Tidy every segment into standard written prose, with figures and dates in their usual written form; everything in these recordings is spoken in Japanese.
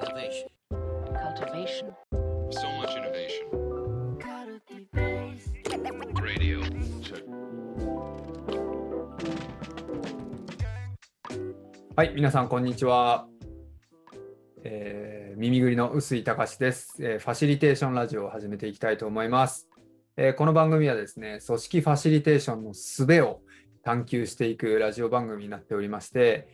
Innovation. Cultivation. So much innovation. Radio. はい、皆さんこんにちは。耳ぐりの臼井隆です、ファシリテーションラジオを始めていきたいと思います。この番組はですね、組織ファシリテーションの術を探求していくラジオ番組になっておりまして、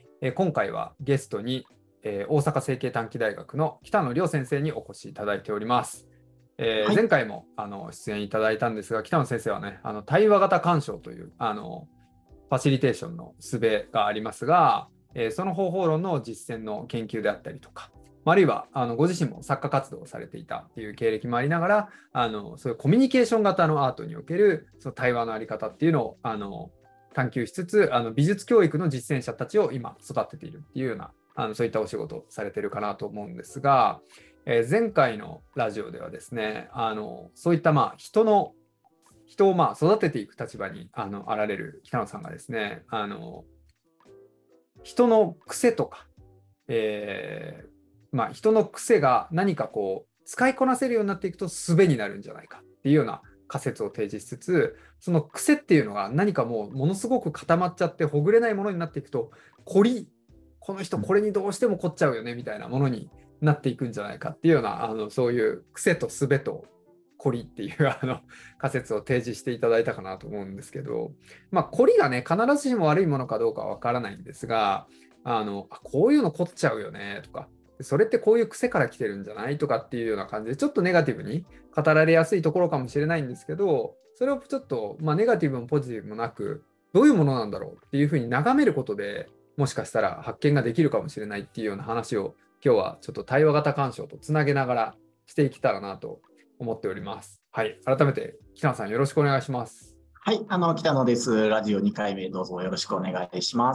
今回はゲストに、大阪成蹊短期大学の北野亮先生にお越しいただいております。 はい、 前回も出演いただいたんですが、北野先生はね、対話型鑑賞というファシリテーションの術がありますが、その方法論の実践の研究であったりとか、あるいはご自身も作家活動をされていたっていう経歴もありながら、そういうコミュニケーション型のアートにおけるその対話のあり方っていうのを探求しつつ、美術教育の実践者たちを今育てているっていうようなそういったお仕事をされているかなと思うんですが、前回のラジオではですね、そういった人を育てていく立場にあられる北野さんがですね、人の癖とか、人の癖が何か使いこなせるようになっていくと術になるんじゃないかっていうような仮説を提示しつつ、その癖っていうのが何かものすごく固まっちゃってほぐれないものになっていくと、この人これにどうしても凝っちゃうよねみたいなものになっていくんじゃないかっていうようなそういう癖と術と凝りっていう仮説を提示していただいたかなと思うんですけど、凝りがね必ずしも悪いものかどうかは分からないんですが、こういうの凝っちゃうよねとか、それってこういう癖から来てるんじゃないとかっていうような感じでちょっとネガティブに語られやすいところかもしれないんですけど、それをちょっとネガティブもポジティブもなく、どういうものなんだろうっていうふうに眺めることでもしかしたら発見ができるかもしれないっていうような話を今日はちょっと対話型鑑賞とつなげながらしていけたらなと思っております。はい、改めて北野さんよろしくお願いします。 はい、北野です。ラジオ2回目どうぞよろしくお願いします。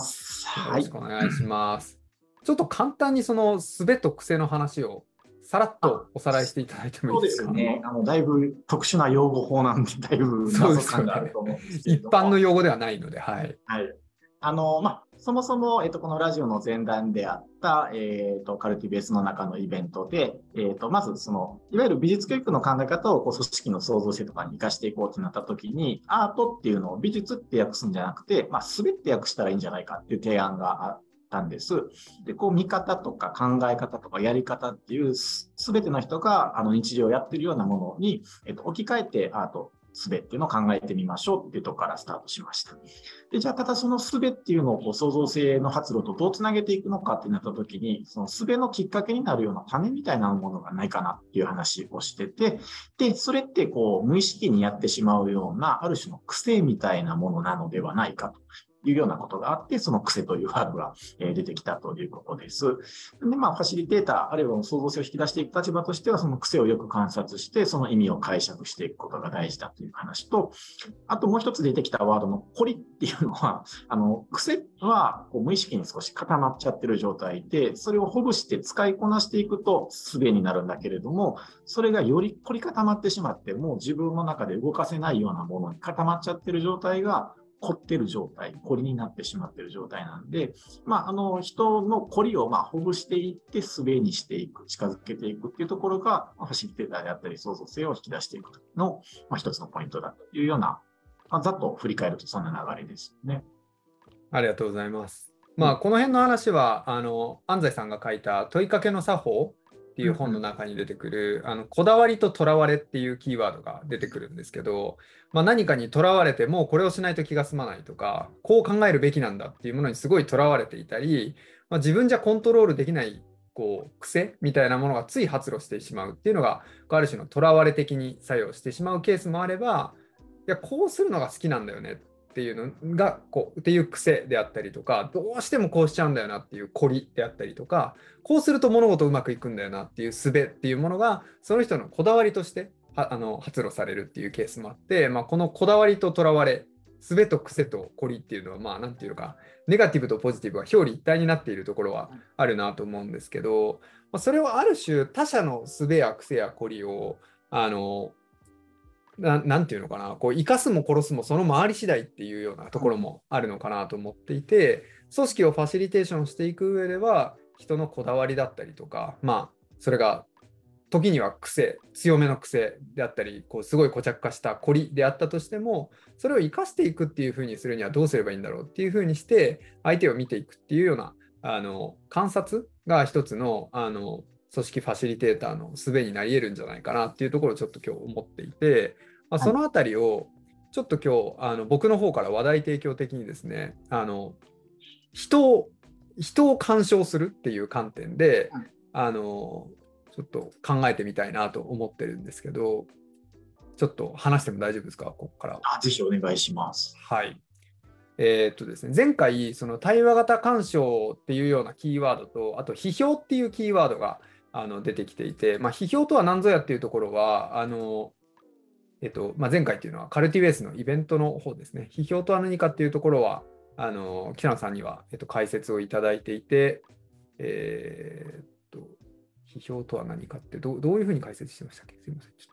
よろしくお願いします。ちょっと簡単にその術と癖の話をさらっとおさらいしていただいてもいいですか？ そうですね。だいぶ特殊な用語法なんで、だいぶ謎感があると思うんですけれども、 一般の用語ではないので、はい。 はい。そもそも、このラジオの前段であった、カルティベースの中のイベントで、まずいわゆる美術教育の考え方を組織の創造性とかに生かしていこうってなったときに、アートっていうのを美術って訳すんじゃなくて、術って訳したらいいんじゃないかっていう提案があったんです。で、見方とか考え方とかやり方っていうすべての人が日常やってるようなものに、置き換えてアート、術っていうのを考えてみましょうっていうところからスタートしました。で、じゃあ、ただその術っていうのを創造性の発露とどうつなげていくのかってなったときに、その術のきっかけになるような種みたいなものがないかなっていう話をしてて、で、それって無意識にやってしまうような、ある種の癖みたいなものなのではないかというようなことがあって、その癖というワードが出てきたということです。で、ファシリテーター、あるいは創造性を引き出していく立場としては、その癖をよく観察して、その意味を解釈していくことが大事だという話と、あともう一つ出てきたワードの凝りっていうのは、癖は無意識に少し固まっちゃってる状態で、それをほぐして使いこなしていくと術になるんだけれども、それがより凝り固まってしまって、もう自分の中で動かせないようなものに固まっちゃってる状態が、凝ってる状態、凝りになってしまっている状態なんで、人の凝りをほぐしていって、術にしていく、近づけていくっていうところが、ファシリテーターであったり、創造性を引き出していくの一つのポイントだというような、ざっと振り返るとそんな流れですね。 ありがとうございます。この辺の話は、安西さんが書いた問いかけの作法っていう本の中に出てくる、こだわりととらわれっていうキーワードが出てくるんですけど、何かにとらわれてもうこれをしないと気が済まないとか、こう考えるべきなんだっていうものにすごいとらわれていたり、自分じゃコントロールできない癖みたいなものがつい発露してしまうっていうのが、ある種のとらわれ的に作用してしまうケースもあれば、いやこうするのが好きなんだよねっていうのがっていう癖であったりとか、どうしてもこうしちゃうんだよなっていう凝りであったりとか、こうすると物事うまくいくんだよなっていう術っていうものがその人のこだわりとして発露されるっていうケースもあって、このこだわりととらわれ、術と癖と凝りっていうのはなんていうか、ネガティブとポジティブが表裏一体になっているところはあるなと思うんですけど、それをある種他者の術や癖や凝りをなんていうのかな、生かすも殺すもその周り次第っていうようなところもあるのかなと思っていて、組織をファシリテーションしていく上では、人のこだわりだったりとか、 それが時には癖、強めの癖であったり、すごい固着化した凝りであったとしても、それを生かしていくっていうふうにするにはどうすればいいんだろうっていうふうにして、相手を見ていくっていうような観察が一つの組織ファシリテーターの術になり得るんじゃないかなっていうところをちょっと今日思っていて、そのあたりをちょっと今日僕の方から話題提供的にですね、人を鑑賞するっていう観点で、ちょっと考えてみたいなと思ってるんですけど、ちょっと話しても大丈夫ですか、ここから。 ぜひお願いします。 はい。ですね、前回、その対話型鑑賞っていうようなキーワードと、あと批評っていうキーワードが出てきていて、批評とは何ぞやっていうところは、前回っていうのはカルティベースのイベントの方ですね。批評とは何かっていうところは、北野さんには、解説をいただいていて、批評とは何かってどういうふうに解説してましたっけ？すいません。ち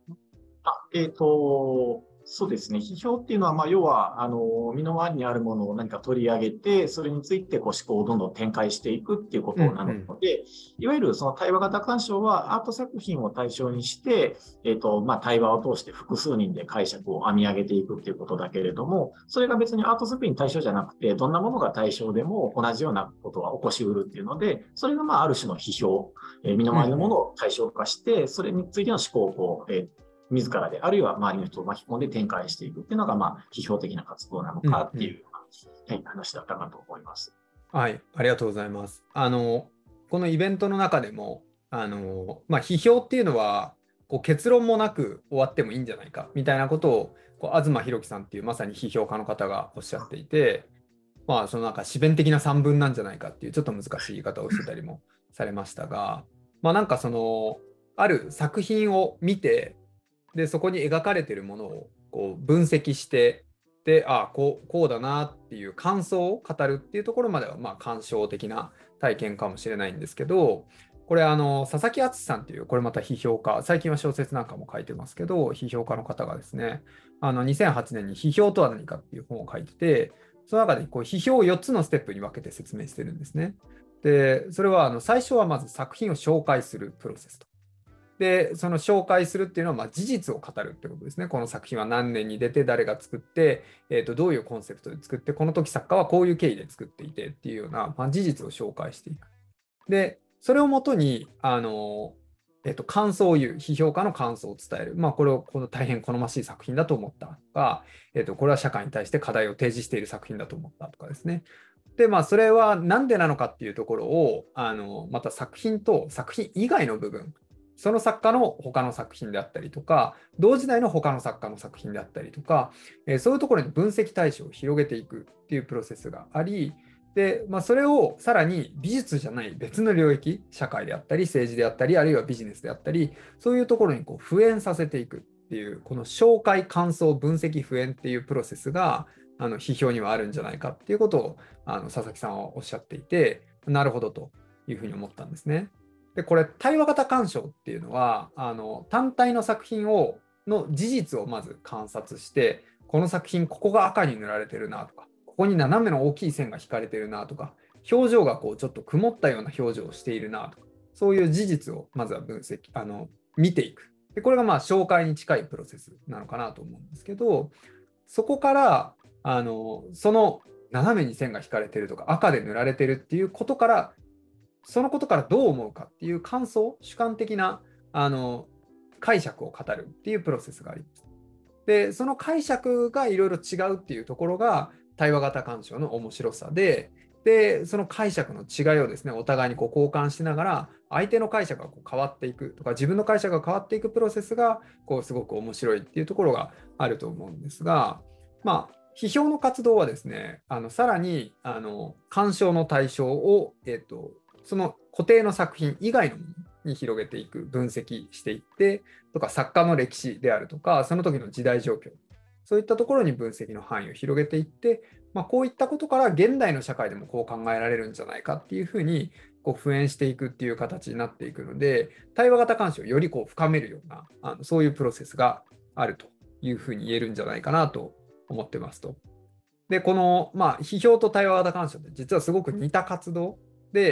ょっとそうですね。批評っていうのは、要は、身の回りにあるものを何か取り上げて、それについて思考をどんどん展開していくっていうことなので、いわゆるその対話型鑑賞はアート作品を対象にして、対話を通して複数人で解釈を編み上げていくっていうことだけれども、それが別にアート作品対象じゃなくて、どんなものが対象でも同じようなことは起こしうるっていうので、それがある種の批評、身の回りのものを対象化して、それについての思考を自らで、あるいは周りの人を巻き込んで展開していくっていうのが、批評的な活動なのかっていう、話だったかと思います。 はい、ありがとうございます。このイベントの中でも、批評っていうのは、結論もなく終わってもいいんじゃないかみたいなことを、東博樹さんっていうまさに批評家の方がおっしゃっていて、その詩弁的な散文なんじゃないかっていうちょっと難しい言い方をしてたりもされましたが、ある作品を見て、でそこに描かれているものを分析して、でこうだなっていう感想を語るっていうところまでは鑑賞的な体験かもしれないんですけど、これ佐々木敦さんっていう、これまた批評家、最近は小説なんかも書いてますけど、批評家の方がですね、2008年に批評とは何かっていう本を書いてて、その中で批評を4つのステップに分けて説明してるんですね。でそれは最初はまず作品を紹介するプロセスと。でその紹介するっていうのは事実を語るってことですね。この作品は何年に出て、誰が作って、どういうコンセプトで作って、この時作家はこういう経緯で作っていてっていうような、事実を紹介していく。でそれをもとに感想を言う、批評家の感想を伝える。この大変好ましい作品だと思ったとか、これは社会に対して課題を提示している作品だと思ったとかですね。でそれは何でなのかっていうところをまた作品と作品以外の部分、その作家の他の作品であったりとか、同時代の他の作家の作品であったりとか、そういうところに分析対象を広げていくっていうプロセスがあり、でそれをさらに美術じゃない別の領域、社会であったり政治であったり、あるいはビジネスであったり、そういうところに付縁させていくっていう、この紹介、感想、分析、付縁っていうプロセスが批評にはあるんじゃないかっていうことを佐々木さんはおっしゃっていて、なるほどというふうに思ったんですね。でこれ対話型鑑賞っていうのは単体の作品の事実をまず観察して、この作品ここが赤に塗られてるなとか、ここに斜めの大きい線が引かれてるなとか、表情がちょっと曇ったような表情をしているなとか、そういう事実をまずは分析見ていく。でこれが紹介に近いプロセスなのかなと思うんですけど、そこからその斜めに線が引かれてるとか赤で塗られてるっていうことから、そのことからどう思うかっていう感想、主観的な解釈を語るっていうプロセスがあります。でその解釈がいろいろ違うっていうところが対話型鑑賞の面白さで、その解釈の違いをですね、お互いに交換しながら、相手の解釈が変わっていくとか、自分の解釈が変わっていくプロセスがすごく面白いっていうところがあると思うんですが、批評の活動はですね、さらに鑑賞の対象を、その固定の作品以外のものに広げていく、分析していってとか、作家の歴史であるとか、その時の時代状況、そういったところに分析の範囲を広げていって、こういったことから現代の社会でもこう考えられるんじゃないかっていうふうに付縁していくっていう形になっていくので、対話型鑑賞をより深めるようなそういうプロセスがあるというふうに言えるんじゃないかなと思ってますと。でこの批評と対話型鑑賞って実はすごく似た活動で、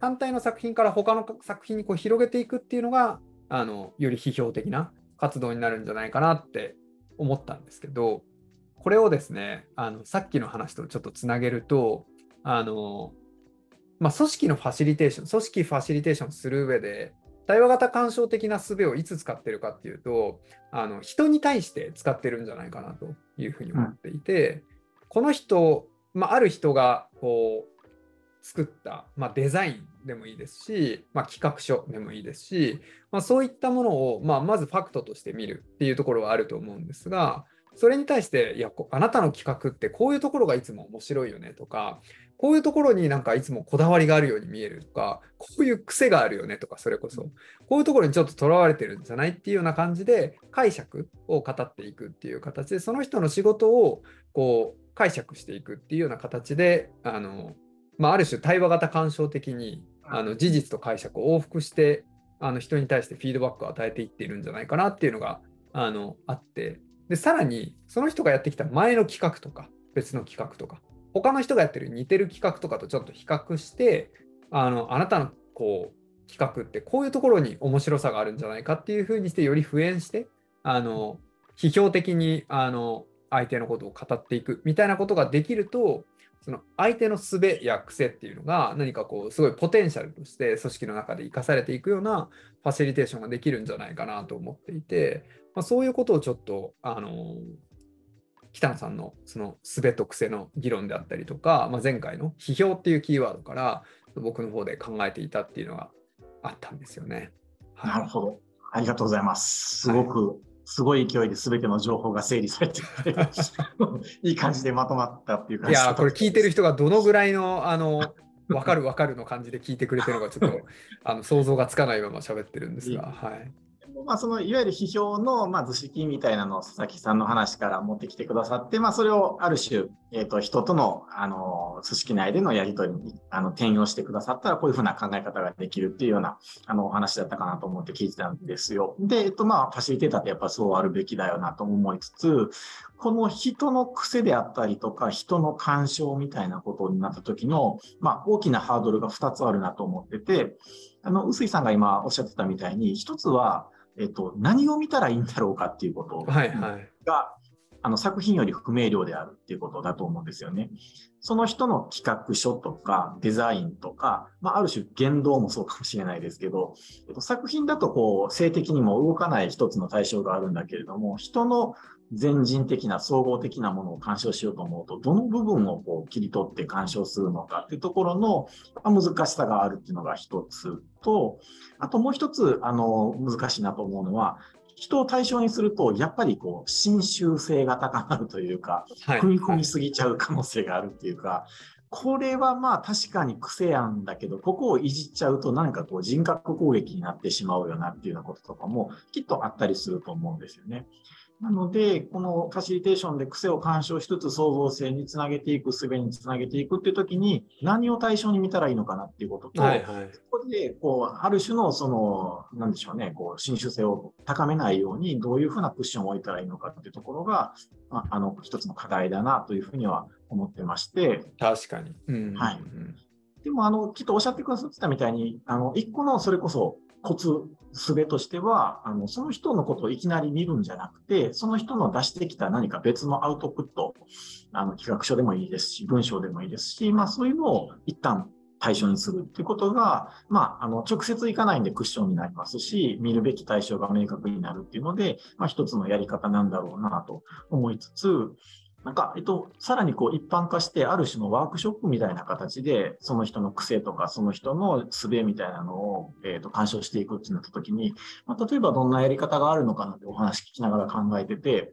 単体の作品から他の作品にこう広げていくっていうのがより批評的な活動になるんじゃないかなって思ったんですけど、これをですねさっきの話とちょっとつなげると組織のファシリテーション、組織ファシリテーションする上で対話型干渉的な術をいつ使ってるかっていうと人に対して使ってるんじゃないかなというふうに思っていて、この人、ある人がこう作った、デザインでもいいですし、企画書でもいいですし、そういったものを、まずファクトとして見るっていうところはあると思うんですが、それに対してあなたの企画ってこういうところがいつも面白いよねとか、こういうところになんかいつもこだわりがあるように見えるとか、こういう癖があるよねとか、それこそこういうところにちょっととらわれてるんじゃないっていうような感じで解釈を語っていくっていう形で、その人の仕事をこう解釈していくっていうような形である種対話型干渉的に事実と解釈を往復して人に対してフィードバックを与えていっているんじゃないかなっていうのがあって、でさらにその人がやってきた前の企画とか別の企画とか他の人がやってる似てる企画とかとちょっと比較してあなたのこう企画ってこういうところに面白さがあるんじゃないかっていうふうにしてより敷衍して批評的に相手のことを語っていくみたいなことができると、その相手の術や癖っていうのが何かこうすごいポテンシャルとして組織の中で生かされていくようなファシリテーションができるんじゃないかなと思っていて、そういうことをちょっと北野さんのその術と癖の議論であったりとか、前回の批評っていうキーワードから僕の方で考えていたっていうのがあったんですよね。 はい、なるほど。ありがとうございます。すごい勢いで全ての情報が整理されていていい感じでまとまったっていう感じです。 いや、これ聞いてる人がどのぐらいの分かるの感じで聞いてくれてるのかちょっと想像がつかないまま喋ってるんですが、はい。 そのいわゆる批評の図式みたいなのを佐々木さんの話から持ってきてくださって、それをある種、人との、組織内でのやり取りに転用してくださったらこういうふうな考え方ができるっていうようなお話だったかなと思って聞いてたんですよ。で、ファシリテーターってやっぱそうあるべきだよなと思いつつ、この人の癖であったりとか人の干渉みたいなことになった時の、大きなハードルが2つあるなと思ってて、臼井さんが今おっしゃってたみたいに、一つは何を見たらいいんだろうかっていうことが、作品より不明瞭であるっていうことだと思うんですよね。その人の企画書とかデザインとか、ある種言動もそうかもしれないですけど、作品だとこう性的にも動かない一つの対象があるんだけれども、人の全人的な総合的なものを鑑賞しようと思うと、どの部分をこう切り取って鑑賞するのかっていうところの難しさがあるっていうのが一つと、あともう一つ難しいなと思うのは、人を対象にするとやっぱりこう侵襲性が高まるというか、踏み込みすぎちゃう可能性があるっていうか、これは確かに癖なんだけど、ここをいじっちゃうと何かこう人格攻撃になってしまうよなっていうようなこととかもきっとあったりすると思うんですよね。なので、このファシリテーションで癖を鑑賞しつつ創造性につなげていく、術につなげていくっていうときに、何を対象に見たらいいのかなっていうことと、そこである種のなんでしょうね、侵襲性を高めないように、どういうふうなクッションを置いたらいいのかっていうところが、一つの課題だなというふうには思ってまして。 確かに。 はい。でも、きっとおっしゃってくださってたみたいに、一個のそれこそコツ、術としては、その人のことをいきなり見るんじゃなくて、その人の出してきた何か別のアウトプット、企画書でもいいですし、文章でもいいですし、そういうのを一旦対象にするっていうことが、直接いかないんでクッションになりますし、見るべき対象が明確になるっていうので、一つのやり方なんだろうなと思いつつ、さらに一般化して、ある種のワークショップみたいな形で、その人の癖とか、その人の術みたいなのを、鑑賞していくってなったときに、例えばどんなやり方があるのかなってお話聞きながら考えてて、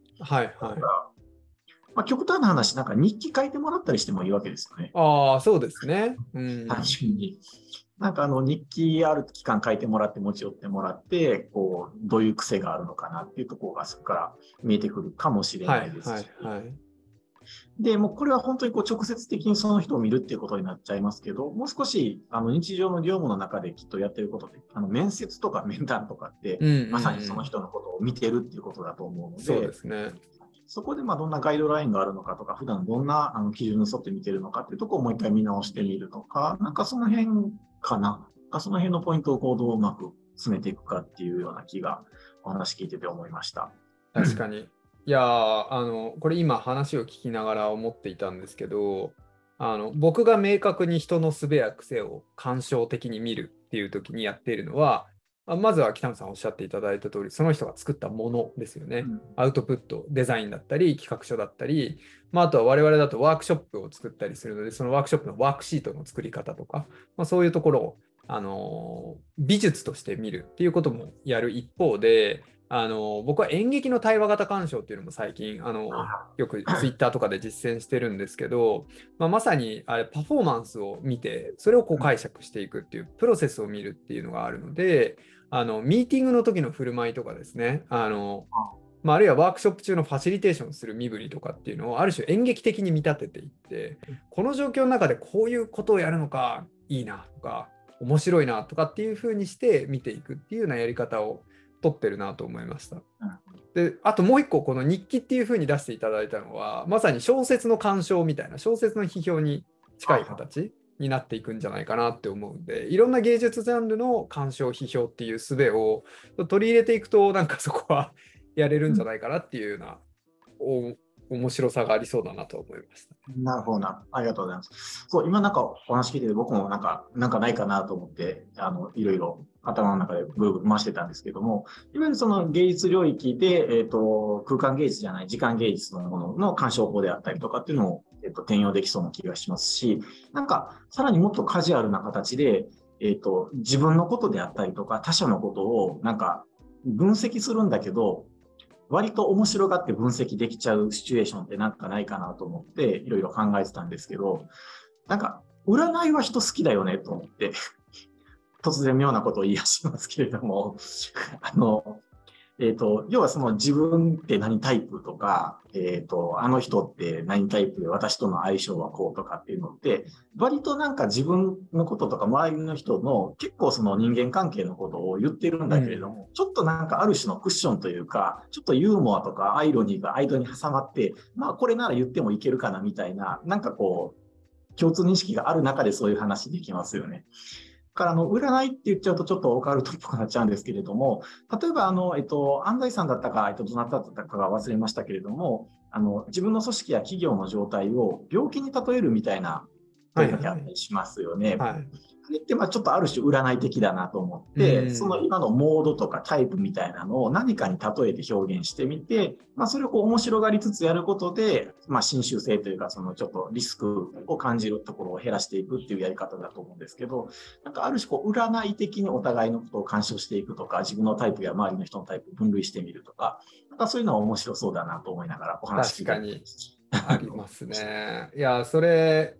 極端な話、日記書いてもらったりしてもいいわけですよね。 そうですね。 単純に。日記ある期間書いてもらって持ち寄ってもらって、どういう癖があるのかなっていうところがそこから見えてくるかもしれないですし。で、もうこれは本当に直接的にその人を見るっていうことになっちゃいますけど、もう少し日常の業務の中できっとやってることで、面接とか面談とかって、まさにその人のことを見てるっていうことだと思うので、 そうですね。 そこでどんなガイドラインがあるのかとか、普段どんな基準に沿って見てるのかっていうところをもう一回見直してみるとか、その辺かな。その辺のポイントをこうどううまく詰めていくかっていうような気がお話聞いてて思いました。 確かに。いやこれ今話を聞きながら思っていたんですけど、僕が明確に人の術や癖を感傷的に見るっていう時にやっているのは、まずは北野さんおっしゃっていただいた通り、その人が作ったものですよね。アウトプット、デザインだったり、企画書だったり、あとは我々だとワークショップを作ったりするので、そのワークショップのワークシートの作り方とか、そういうところを、美術として見るっていうこともやる一方で、僕は演劇の対話型鑑賞っていうのも最近よくツイッターとかで実践してるんですけど、まさにあれパフォーマンスを見てそれをこう解釈していくっていうプロセスを見るっていうのがあるので、ミーティングの時の振る舞いとかですね、あるいはワークショップ中のファシリテーションする身振りとかっていうのをある種演劇的に見立てていって、この状況の中でこういうことをやるのかいいなとか面白いなとかっていう風にして見ていくっていうようなやり方を取ってるなと思いました。で、あともう一個この日記っていう風に出していただいたのはまさに小説の鑑賞みたいな小説の批評に近い形になっていくんじゃないかなって思うんで、いろんな芸術ジャンルの鑑賞批評っていう術を取り入れていくとなんかそこはやれるんじゃないかなっていうような面白さがありそうだなと思いました。 なるほどな。ありがとうございます。そう、今なんかお話聞いてて僕もなんかないかなと思って、いろいろ頭の中でぐるぐる回してたんですけども、いわゆるその芸術領域で、空間芸術じゃない、時間芸術のものの鑑賞法であったりとかっていうのを、転用できそうな気がしますし、なんかさらにもっとカジュアルな形で、自分のことであったりとか他者のことをなんか分析するんだけど、割と面白がって分析できちゃうシチュエーションってなんかないかなと思っていろいろ考えてたんですけど、なんか占いは人好きだよねと思って突然妙なことを言い出しますけれども要はその自分って何タイプとか、あの人って何タイプで私との相性はこうとかっていうのって、割となんか自分のこととか周りの人の結構その人間関係のことを言ってるんだけれども、ちょっとなんかある種のクッションというか、ちょっとユーモアとかアイロニーが間に挟まって、まあこれなら言ってもいけるかなみたいな、なんかこう、共通認識がある中でそういう話できますよね。から占いって言っちゃうとちょっとオカルトっぽくなっちゃうんですけれども、例えば安西さんだったか、どなただったかが忘れましたけれども、自分の組織や企業の状態を病気に例えるみたいな問いかけあったりしますよね。あれってちょっとある種占い的だなと思って、その今のモードとかタイプみたいなのを何かに例えて表現してみて、それをこう面白がりつつやることで、侵襲性というか、そのちょっとリスクを感じるところを減らしていくっていうやり方だと思うんですけど、なんかある種こう占い的にお互いのことを干渉していくとか、自分のタイプや周りの人のタイプを分類してみるとか、なんかそういうのは面白そうだなと思いながらお話聞いてます。 確かにありますね。いや、それ、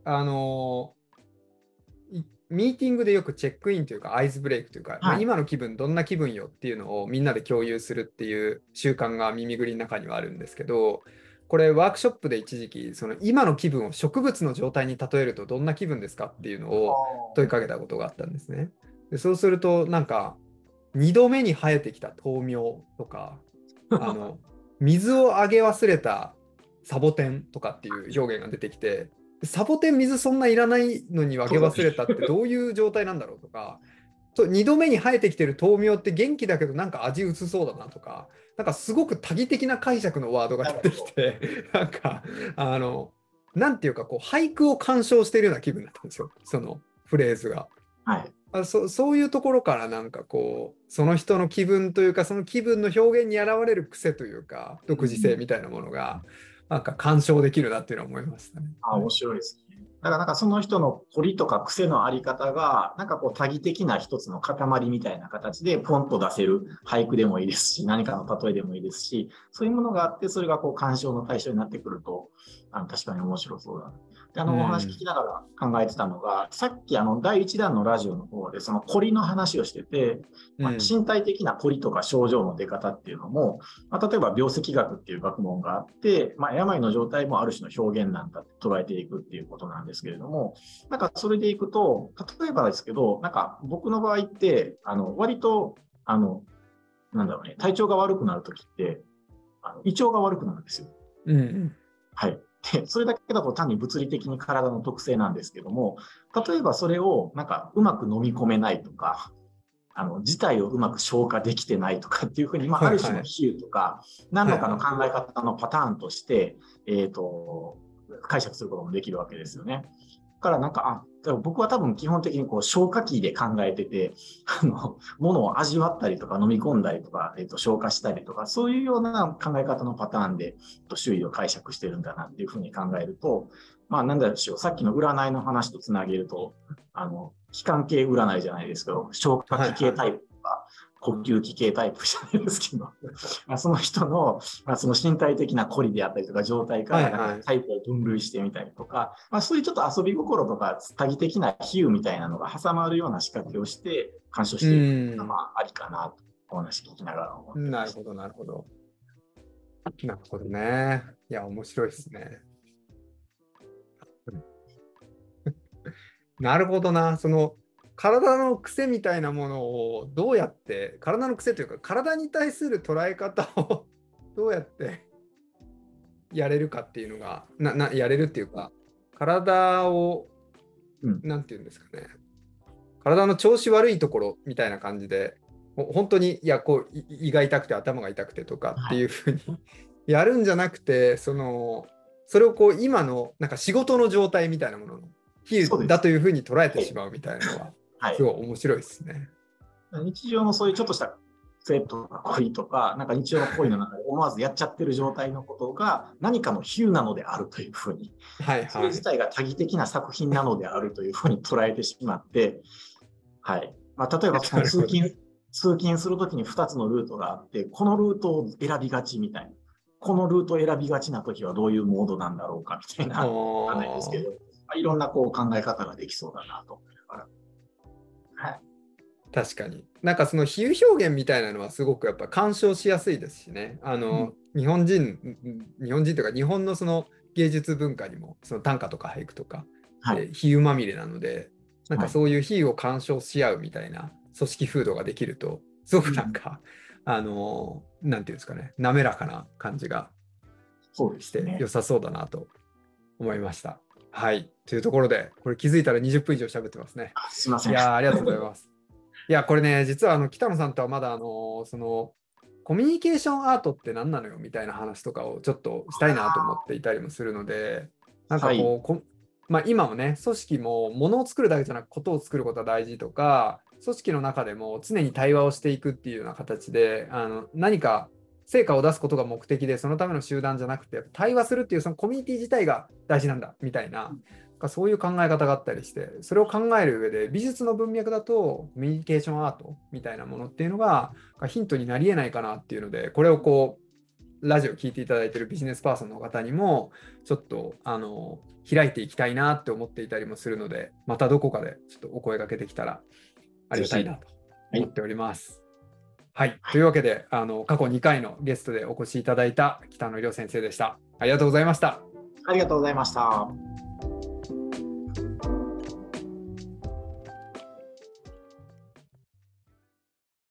ミーティングでよくチェックインというかアイスブレイクというか、今の気分どんな気分よっていうのをみんなで共有するっていう習慣が耳ぐりの中にはあるんですけど、これワークショップで一時期その今の気分を植物の状態に例えるとどんな気分ですかっていうのを問いかけたことがあったんですね。でそうするとなんか2度目に生えてきた豆苗とか水をあげ忘れたサボテンとかっていう表現が出てきて、サボテン水そんないらないのに分け忘れたってどういう状態なんだろうとか、2度目に生えてきてる豆苗って元気だけどなんか味薄そうだなとか、なんかすごく多義的な解釈のワードが出てきて、なんかなんていうかこう俳句を鑑賞しているような気分だったんですよ、そのフレーズが。そういうところからなんかこうその人の気分というかその気分の表現に現れる癖というか独自性みたいなものがなんか鑑賞できるなっていうのは思いましたね。 面白いですね。だからなんかその人の彫りとか癖のあり方がなんかこう多義的な一つの塊みたいな形でポンと出せる俳句でもいいですし、何かの例えでもいいですし、そういうものがあってそれがこう鑑賞の対象になってくると確かに面白そうだな。でお話聞きながら考えてたのが、さっき第1弾のラジオの方でその凝りの話をしてて、身体的な凝りとか症状の出方っていうのも、例えば病跡学っていう学問があって、病の状態もある種の表現なんだって捉えていくっていうことなんですけれども、なんかそれでいくと、例えばですけど、なんか僕の場合って割となんだろうね、体調が悪くなるときって胃腸が悪くなるんですよ。はい。 でそれだけだと単に物理的に体の特性なんですけども、例えばそれをなんかうまく飲み込めないとか、自体をうまく消化できてないとかっていうふうに、ある種の比喩とか、何らかの考え方のパターンとして、解釈することもできるわけですよね。だからなんか、僕は多分基本的にこう消化器で考えてて、ものを味わったりとか飲み込んだりとか、消化したりとか、そういうような考え方のパターンで周囲を解釈してるんだなっていうふうに考えると、なんだでしょう、さっきの占いの話とつなげると、気管系占いじゃないですけど、消化器系タイプとか、呼吸器系タイプじゃないですけど、その人の、その身体的な凝りであったりとか、状態からタイプを分類してみたりとか、そういうちょっと遊び心とか、多義的な比喩みたいなのが挟まるような仕掛けをして、鑑賞していくのがありかなと、お話聞きながら思ってます。 なるほど、なるほど。なるほどね。いや、面白いですね。なるほどな。その体の癖みたいなものをどうやって、体の癖というか、体に対する捉え方をどうやってやれるかっていうのが、やれるっていうか、体を、なんていうんですかね、体の調子悪いところみたいな感じで、本当に、いや、こう、胃が痛くて頭が痛くてとかっていうふうにやるんじゃなくて、それをこう、今のなんか仕事の状態みたいなものの比喩だというふうに捉えてしまうみたいなのは、すごい面白いですね。 日常のそういうちょっとした癖とか恋とか、なんか日常の恋の中で思わずやっちゃってる状態のことが何かの比喩なのであるというふうに、それ自体が多義的な作品なのであるというふうに捉えてしまって、例えばその通勤するときに2つのルートがあって、このルートを選びがちみたいな、このルートを選びがちなときはどういうモードなんだろうかみたいな、わかんないですけど、いろんなこう考え方ができそうだなと思いながら。 確かに。なんかその比喩表現みたいなのはすごくやっぱ鑑賞しやすいですしね。日本人というか日本のその芸術文化にもその短歌とか俳句とか、比喩まみれなので、なんかそういう比喩を鑑賞し合うみたいな組織風土ができると、すごくなんか、なんていうんですかね、滑らかな感じがして良さそうだなと思いました。はい。というところで、これ気づいたら20分以上喋ってますね。 すいません。 いや、ありがとうございます。いや、これね、実は北野さんとはまだそのコミュニケーションアートって何なのよみたいな話とかをちょっとしたいなと思っていたりもするので、なんかこう、今もね、組織も物を作るだけじゃなくことを作ることは大事とか、組織の中でも常に対話をしていくっていうような形で、何か成果を出すことが目的で、そのための集団じゃなくて、対話するっていうそのコミュニティ自体が大事なんだみたいな、そういう考え方があったりして、それを考える上で美術の文脈だとコミュニケーションアートみたいなものっていうのがヒントになり得ないかなっていうので、これをこうラジオ聞いていただいているビジネスパーソンの方にもちょっと開いていきたいなって思っていたりもするので、またどこかでちょっとお声掛けできたらありがたいなと思っております。はい、というわけで過去2回のゲストでお越しいただいた北野亮先生でした。ありがとうございました。 ありがとうございました。